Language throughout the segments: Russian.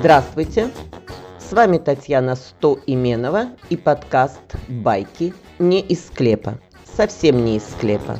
Здравствуйте! С вами Татьяна Стоименова и подкаст «Байки не из склепа». Совсем не из склепа.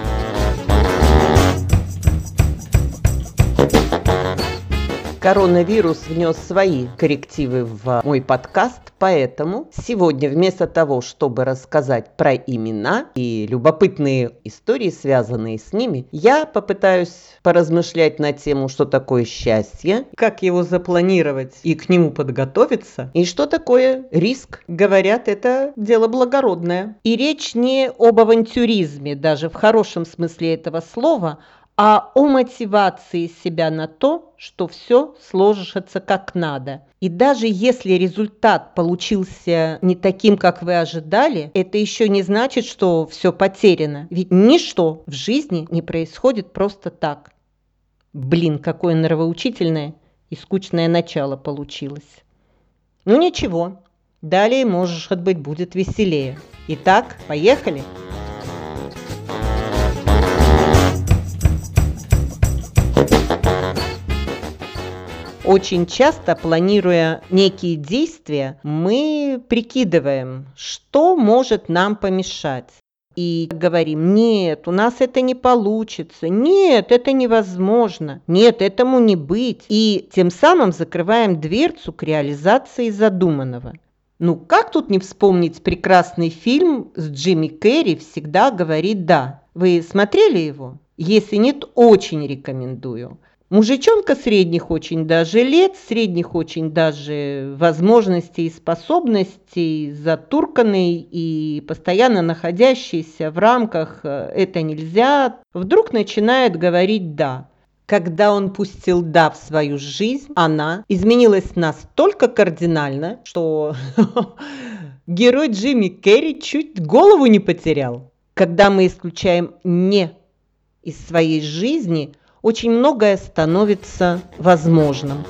Коронавирус внес свои коррективы в мой подкаст, поэтому сегодня вместо того, чтобы рассказать про имена и любопытные истории, связанные с ними, я попытаюсь поразмышлять на тему, что такое счастье, как его запланировать и к нему подготовиться, и что такое риск. Говорят, это дело благородное. И речь не об авантюризме, даже в хорошем смысле этого слова, а о мотивации себя на то, что все сложится как надо. И даже если результат получился не таким, как вы ожидали, это еще не значит, что все потеряно. Ведь ничто в жизни не происходит просто так. Блин, какое нравоучительное и скучное начало получилось. Ну ничего, далее, может быть, будет веселее. Итак, поехали! Очень часто, планируя некие действия, мы прикидываем, что может нам помешать. И говорим: нет, у нас это не получится, нет, это невозможно, нет, этому не быть. И тем самым закрываем дверцу к реализации задуманного. Ну как тут не вспомнить прекрасный фильм с Джимми Керри «Всегда говорит да». Вы смотрели его? Если нет, очень рекомендую. Мужичонка средних очень даже лет, средних очень даже возможностей и способностей, затурканный и постоянно находящийся в рамках «это нельзя», вдруг начинает говорить «да». Когда он пустил «да» в свою жизнь, она изменилась настолько кардинально, что герой Джимми Керри чуть голову не потерял. Когда мы исключаем «не» из своей жизни, очень многое становится возможным.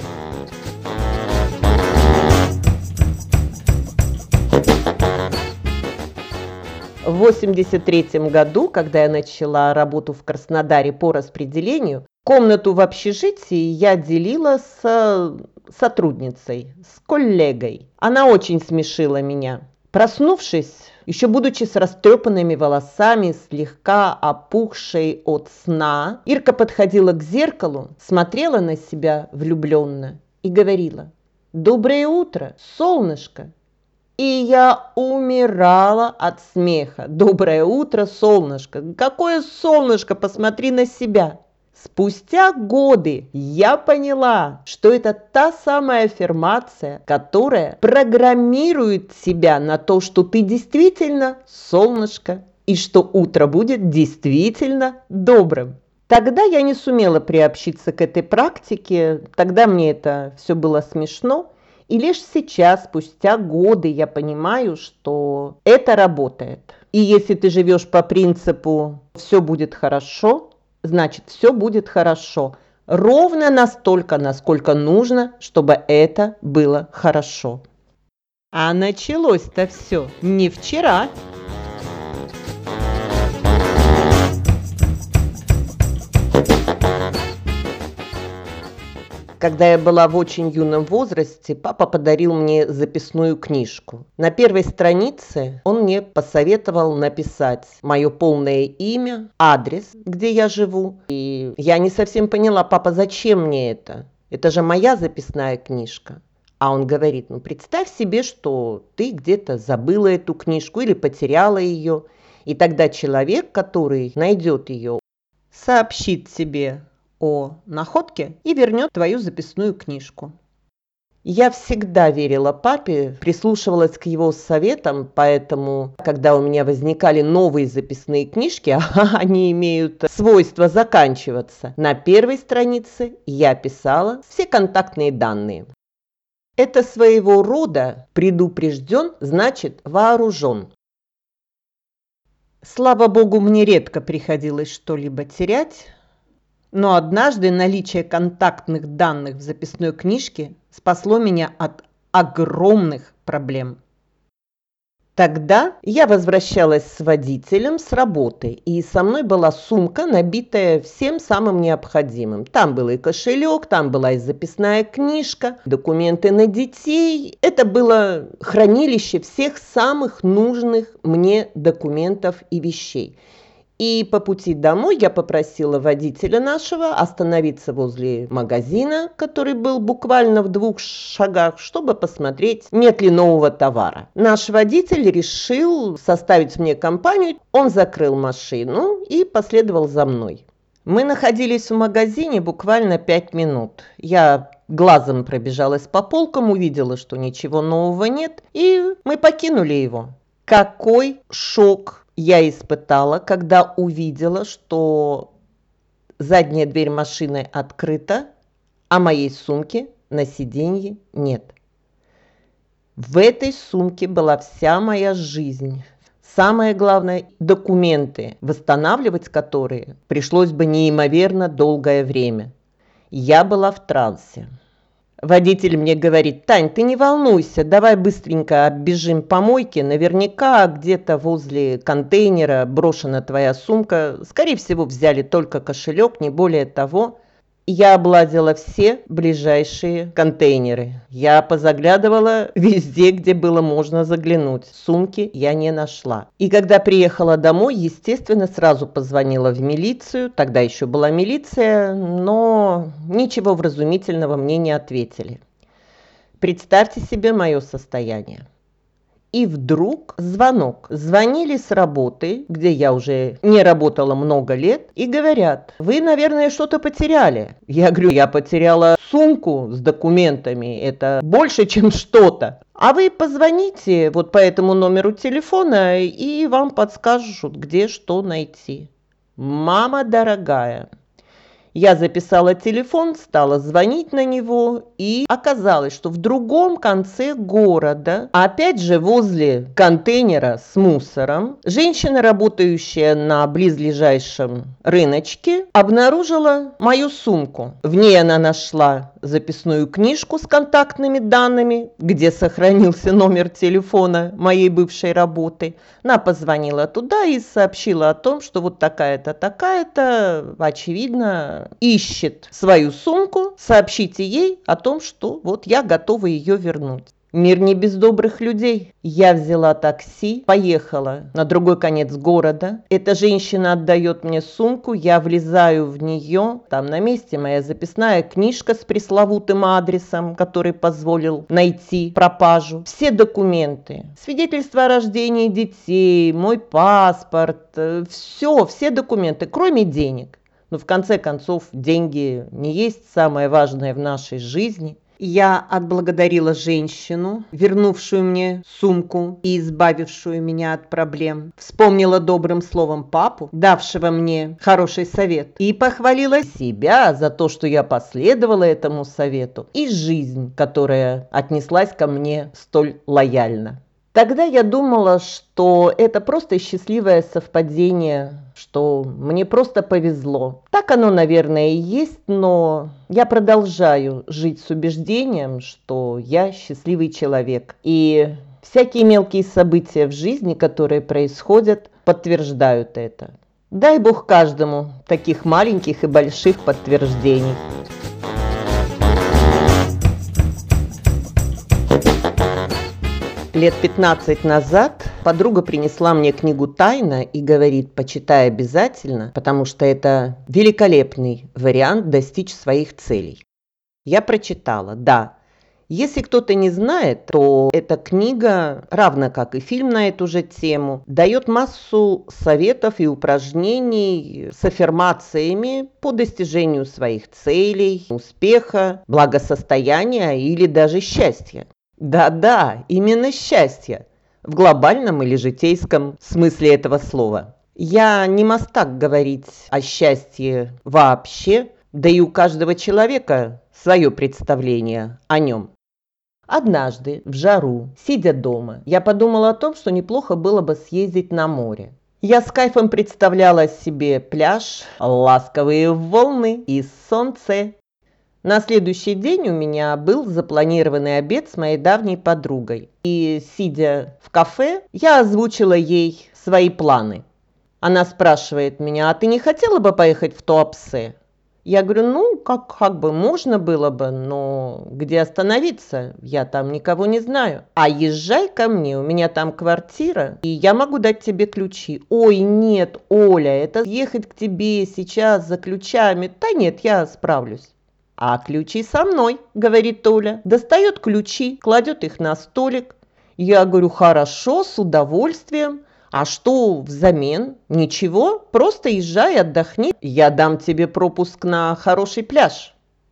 В 1983 году, когда я начала работу в Краснодаре по распределению, комнату в общежитии я делила с сотрудницей, с коллегой. Она очень смешила меня. Проснувшись, еще будучи с растрепанными волосами, слегка опухшей от сна, Ирка подходила к зеркалу, смотрела на себя влюбленно и говорила: «Доброе утро, солнышко!» И я умирала от смеха. «Доброе утро, солнышко! Какое солнышко? Посмотри на себя!» Спустя годы я поняла, что это та самая аффирмация, которая программирует себя на то, что ты действительно солнышко и что утро будет действительно добрым. Тогда я не сумела приобщиться к этой практике, тогда мне это все было смешно, и лишь сейчас, спустя годы, я понимаю, что это работает. И если ты живешь по принципу «все будет хорошо», значит, все будет хорошо. Ровно настолько, насколько нужно, чтобы это было хорошо. А началось-то все не вчера. Когда я была в очень юном возрасте, папа подарил мне записную книжку. На первой странице он мне посоветовал написать мое полное имя, адрес, где я живу. И я не совсем поняла: папа, зачем мне это? Это же моя записная книжка. А он говорит: ну представь себе, что ты где-то забыла эту книжку или потеряла ее. И тогда человек, который найдет ее, сообщит тебе о находке и вернет твою записную книжку. Я всегда верила папе, прислушивалась к его советам, поэтому, когда у меня возникали новые записные книжки, они имеют свойство заканчиваться, на первой странице я писала все контактные данные. Это своего рода предупрежден, значит вооружен. Слава богу, мне редко приходилось что-либо терять. Но однажды наличие контактных данных в записной книжке спасло меня от огромных проблем. Тогда я возвращалась с водителем с работы, и со мной была сумка, набитая всем самым необходимым. Там был и кошелек, там была и записная книжка, документы на детей. Это было хранилище всех самых нужных мне документов и вещей. И по пути домой я попросила водителя нашего остановиться возле магазина, который был буквально в 2 шагах, чтобы посмотреть, нет ли нового товара. Наш водитель решил составить мне компанию. Он закрыл машину и последовал за мной. Мы находились в магазине буквально 5 минут. Я глазом пробежалась по полкам, увидела, что ничего нового нет, и мы покинули его. Какой шок я испытала, когда увидела, что задняя дверь машины открыта, а моей сумки на сиденье нет. В этой сумке была вся моя жизнь. Самое главное, документы, восстанавливать которые пришлось бы неимоверно долгое время. Я была в трансе. Водитель мне говорит: Тань, ты не волнуйся, давай быстренько оббежим помойки, наверняка где-то возле контейнера брошена твоя сумка, скорее всего взяли только кошелек, не более того. Я облазила все ближайшие контейнеры, я позаглядывала везде, где было можно заглянуть, сумки я не нашла. И когда приехала домой, естественно, сразу позвонила в милицию, тогда еще была милиция, но ничего вразумительного мне не ответили. Представьте себе мое состояние. И вдруг звонок. Звонили с работы, где я уже не работала много лет, и говорят: вы, наверное, что-то потеряли. Я говорю: я потеряла сумку с документами, это больше, чем что-то. А вы позвоните вот по этому номеру телефона, и вам подскажут, где что найти. Мама дорогая. Я записала телефон, стала звонить на него, и оказалось, что в другом конце города, опять же возле контейнера с мусором, женщина, работающая на близлежащем рыночке, обнаружила мою сумку. В ней она нашла записную книжку с контактными данными, где сохранился номер телефона моей бывшей работы. Она позвонила туда и сообщила о том, что вот такая-то, такая-то, очевидно, ищет свою сумку. Сообщите ей о том, что вот я готова ее вернуть. Мир не без добрых людей. Я взяла такси, поехала на другой конец города. Эта женщина отдает мне сумку, я влезаю в нее. Там на месте моя записная книжка с пресловутым адресом, который позволил найти пропажу. Все документы, свидетельство о рождении детей, мой паспорт, все документы, кроме денег. Но в конце концов деньги не есть самое важное в нашей жизни. Я отблагодарила женщину, вернувшую мне сумку и избавившую меня от проблем. Вспомнила добрым словом папу, давшего мне хороший совет, и похвалила себя за то, что я последовала этому совету, и жизнь, которая отнеслась ко мне столь лояльно. Тогда я думала, что это просто счастливое совпадение, что мне просто повезло. Так оно, наверное, и есть, но я продолжаю жить с убеждением, что я счастливый человек. И всякие мелкие события в жизни, которые происходят, подтверждают это. Дай Бог каждому таких маленьких и больших подтверждений. Лет 15 назад подруга принесла мне книгу «Тайна» и говорит: почитай обязательно, потому что это великолепный вариант достичь своих целей. Я прочитала, да. Если кто-то не знает, то эта книга, равно как и фильм на эту же тему, дает массу советов и упражнений с аффирмациями по достижению своих целей, успеха, благосостояния или даже счастья. Да-да, именно счастье, в глобальном или житейском смысле этого слова. Я не мастак говорить о счастье вообще, да и у каждого человека свое представление о нем. Однажды в жару, сидя дома, я подумала о том, что неплохо было бы съездить на море. Я с кайфом представляла себе пляж, ласковые волны и солнце. На следующий день у меня был запланированный обед с моей давней подругой. И, сидя в кафе, я озвучила ей свои планы. Она спрашивает меня: а ты не хотела бы поехать в Туапсе? Я говорю: ну, как бы можно было бы, но где остановиться? Я там никого не знаю. А езжай ко мне, у меня там квартира, и я могу дать тебе ключи. Ой, нет, Оля, это ехать к тебе сейчас за ключами. Да нет, я справлюсь. А ключи со мной, говорит Оля. Достает ключи, кладет их на столик. Я говорю: хорошо, с удовольствием. А что взамен? Ничего, просто езжай, отдохни. Я дам тебе пропуск на хороший пляж.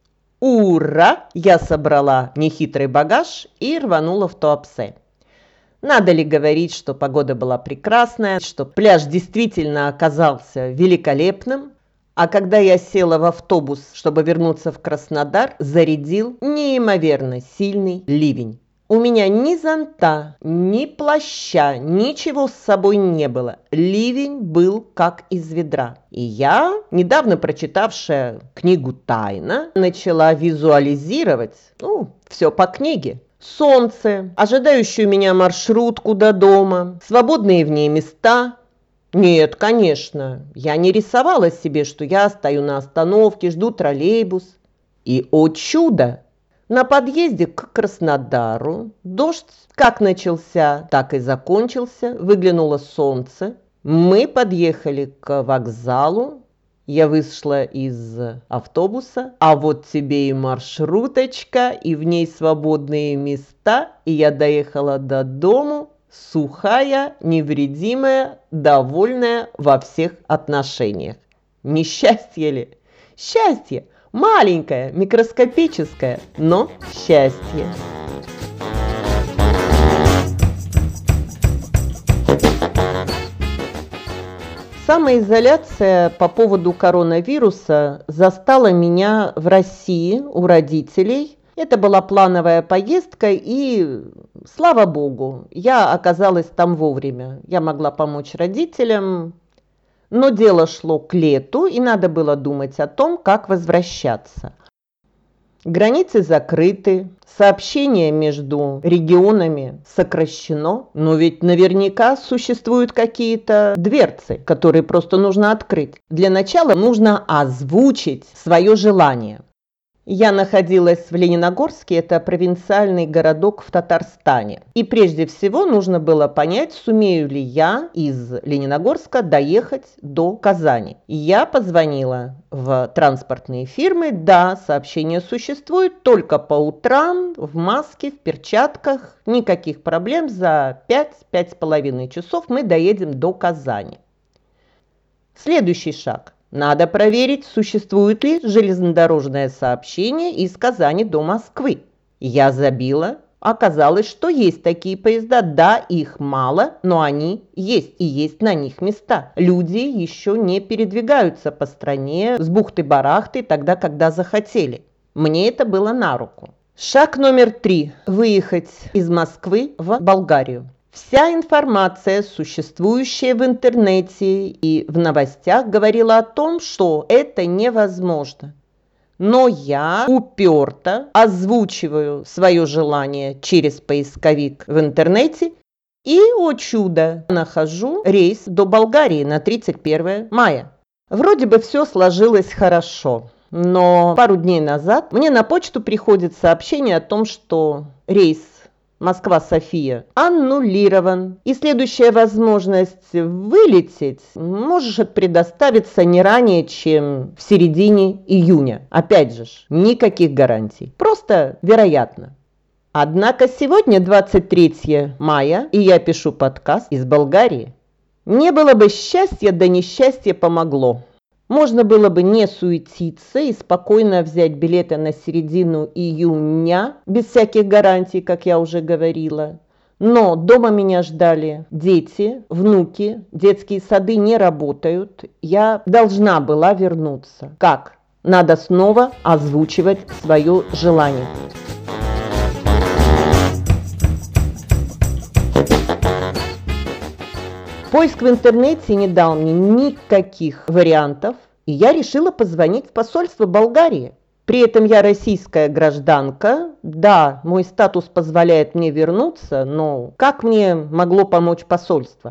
Ура! Я собрала нехитрый багаж и рванула в Туапсе. Надо ли говорить, что погода была прекрасная, что пляж действительно оказался великолепным? А когда я села в автобус, чтобы вернуться в Краснодар, зарядил неимоверно сильный ливень. У меня ни зонта, ни плаща, ничего с собой не было. Ливень был как из ведра. И я, недавно прочитавшая книгу «Тайна», начала визуализировать, все по книге. Солнце, ожидающую меня маршрутку до дома, свободные в ней места. Нет, конечно, я не рисовала себе, что я стою на остановке, жду троллейбус. И, о чудо! На подъезде к Краснодару дождь как начался, так и закончился, выглянуло солнце. Мы подъехали к вокзалу, я вышла из автобуса, а вот тебе и маршруточка, и в ней свободные места, и я доехала до дому, сухая, невредимая, довольная во всех отношениях. Несчастье ли? Счастье! Маленькое, микроскопическое, но счастье. Самоизоляция по поводу коронавируса застала меня в России у родителей. Это была плановая поездка, и, слава богу, я оказалась там вовремя. Я могла помочь родителям. Но дело шло к лету, и надо было думать о том, как возвращаться. Границы закрыты, сообщение между регионами сокращено, но ведь наверняка существуют какие-то дверцы, которые просто нужно открыть. Для начала нужно озвучить свое желание. Я находилась в Лениногорске, это провинциальный городок в Татарстане. И прежде всего нужно было понять, сумею ли я из Лениногорска доехать до Казани. Я позвонила в транспортные фирмы. Да, сообщение существует, только по утрам, в маске, в перчатках. Никаких проблем, за 5-5,5 часов мы доедем до Казани. Следующий шаг. Надо проверить, существует ли железнодорожное сообщение из Казани до Москвы. Я забила. Оказалось, что есть такие поезда. Да, их мало, но они есть. И есть на них места. Люди еще не передвигаются по стране с бухты-барахты тогда, когда захотели. Мне это было на руку. Шаг номер 3. Выехать из Москвы в Болгарию. Вся информация, существующая в интернете и в новостях, говорила о том, что это невозможно. Но я уперто озвучиваю свое желание через поисковик в интернете и, о чудо, нахожу рейс до Болгарии на 31 мая. Вроде бы все сложилось хорошо, но пару дней назад мне на почту приходит сообщение о том, что рейс Москва-София аннулирован, и следующая возможность вылететь может предоставиться не ранее, чем в середине июня. Опять же, никаких гарантий, просто вероятно. Однако сегодня 23 мая, и я пишу подкаст из Болгарии. Не было бы счастья, да несчастье помогло. Можно было бы не суетиться и спокойно взять билеты на середину июня, без всяких гарантий, как я уже говорила. Но дома меня ждали дети, внуки, детские сады не работают. Я должна была вернуться. Как? Надо снова озвучивать свое желание. Поиск в интернете не дал мне никаких вариантов, и я решила позвонить в посольство Болгарии. При этом я российская гражданка. Да, мой статус позволяет мне вернуться, но как мне могло помочь посольство?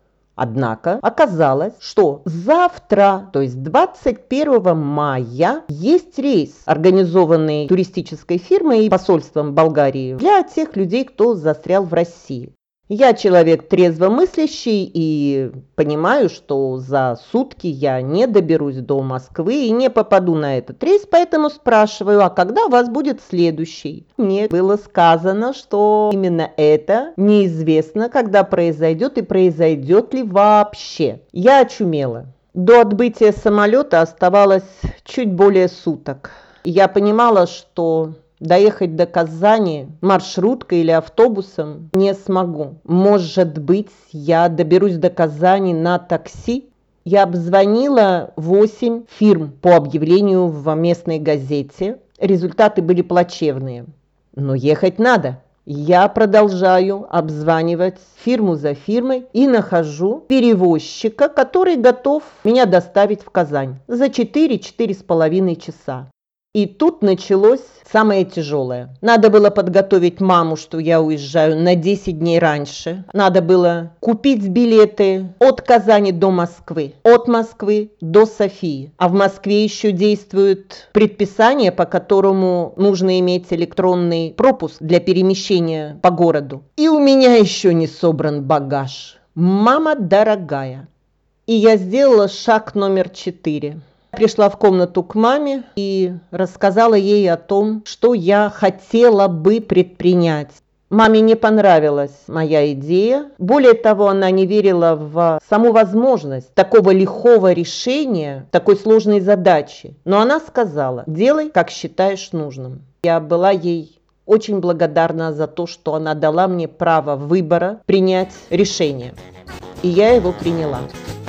Однако оказалось, что завтра, то есть 21 мая, есть рейс, организованный туристической фирмой и посольством Болгарии для тех людей, кто застрял в России. Я человек трезвомыслящий и понимаю, что за сутки я не доберусь до Москвы и не попаду на этот рейс, поэтому спрашиваю, а когда у вас будет следующий? Мне было сказано, что именно это неизвестно, когда произойдет и произойдет ли вообще. Я очумела. До отбытия самолета оставалось чуть более суток. Я понимала, что доехать до Казани маршруткой или автобусом не смогу. Может быть, я доберусь до Казани на такси? Я обзвонила 8 фирм по объявлению в местной газете. Результаты были плачевные. Но ехать надо. Я продолжаю обзванивать фирму за фирмой и нахожу перевозчика, который готов меня доставить в Казань за 4–4,5 часа. И тут началось самое тяжелое. Надо было подготовить маму, что я уезжаю на 10 дней раньше. Надо было купить билеты от Казани до Москвы, от Москвы до Софии. А в Москве еще действует предписание, по которому нужно иметь электронный пропуск для перемещения по городу. И у меня еще не собран багаж. Мама дорогая. И я сделала шаг номер 4. Пришла в комнату к маме и рассказала ей о том, что я хотела бы предпринять. Маме не понравилась моя идея. Более того, она не верила в саму возможность такого лихого решения, такой сложной задачи. Но она сказала: делай, как считаешь нужным. Я была ей очень благодарна за то, что она дала мне право выбора принять решение. И я его приняла.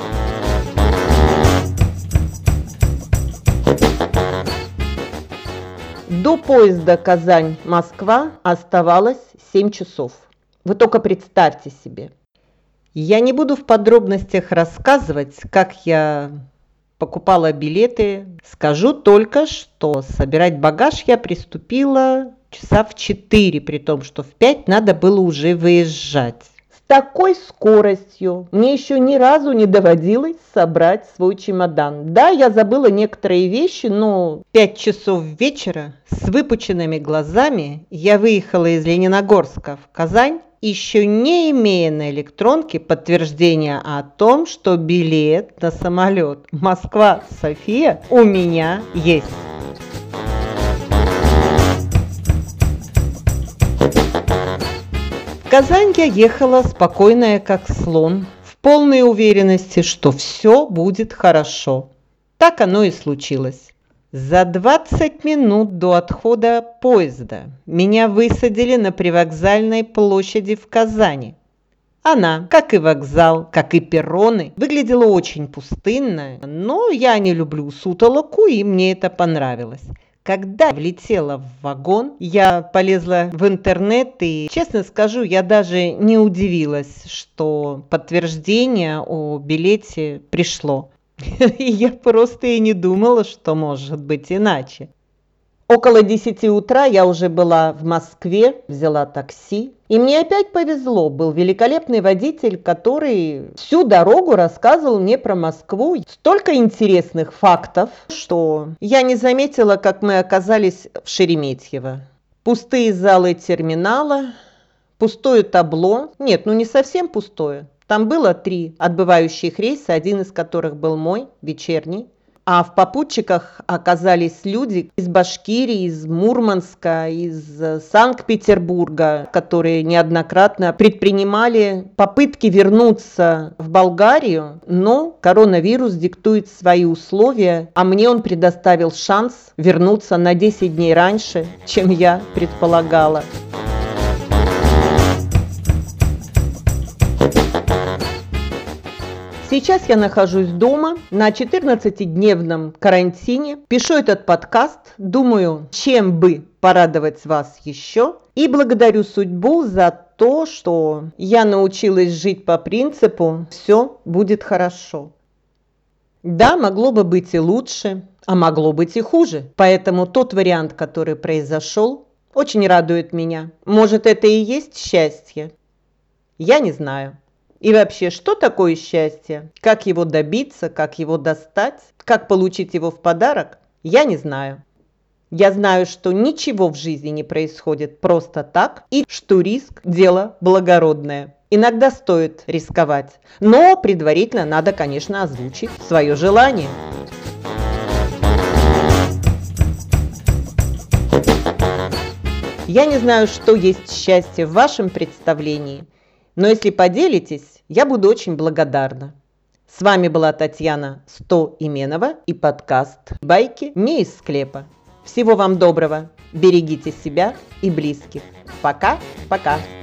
До поезда Казань-Москва оставалось 7 часов. Вы только представьте себе. Я не буду в подробностях рассказывать, как я покупала билеты. Скажу только, что собирать багаж я приступила часа в 4, при том, что в 5 надо было уже выезжать. С такой скоростью мне еще ни разу не доводилось собрать свой чемодан. Да, я забыла некоторые вещи, но 5 часов вечера с выпученными глазами я выехала из Лениногорска в Казань, еще не имея на электронке подтверждения о том, что билет на самолет Москва-София у меня есть. В Казань я ехала спокойная, как слон, в полной уверенности, что все будет хорошо. Так оно и случилось. За 20 минут до отхода поезда меня высадили на привокзальной площади в Казани. Она, как и вокзал, как и перроны, выглядела очень пустынно, но я не люблю сутолоку, и мне это понравилось. Когда влетела в вагон, я полезла в интернет и, честно скажу, я даже не удивилась, что подтверждение о билете пришло. И я просто и не думала, что может быть иначе. Около 10 утра я уже была в Москве, взяла такси. И мне опять повезло, был великолепный водитель, который всю дорогу рассказывал мне про Москву. Столько интересных фактов, что я не заметила, как мы оказались в Шереметьево. Пустые залы терминала, пустое табло. Нет, не совсем пустое. Там было 3 отбывающих рейса, один из которых был мой, вечерний. А в попутчиках оказались люди из Башкирии, из Мурманска, из Санкт-Петербурга, которые неоднократно предпринимали попытки вернуться в Болгарию, но коронавирус диктует свои условия, а мне он предоставил шанс вернуться на 10 дней раньше, чем я предполагала. Сейчас я нахожусь дома на 14-дневном карантине, пишу этот подкаст, думаю, чем бы порадовать вас еще, и благодарю судьбу за то, что я научилась жить по принципу «все будет хорошо». Да, могло бы быть и лучше, а могло быть и хуже. Поэтому тот вариант, который произошел, очень радует меня. Может, это и есть счастье? Я не знаю. И вообще, что такое счастье? Как его добиться, как его достать, как получить его в подарок? Я не знаю. Я знаю, что ничего в жизни не происходит просто так, и что риск – дело благородное. Иногда стоит рисковать, но предварительно надо, конечно, озвучить свое желание. Я не знаю, что есть счастье в вашем представлении, но если поделитесь, я буду очень благодарна. С вами была Татьяна Стоименова и подкаст «Байки не из склепа». Всего вам доброго, берегите себя и близких. Пока-пока.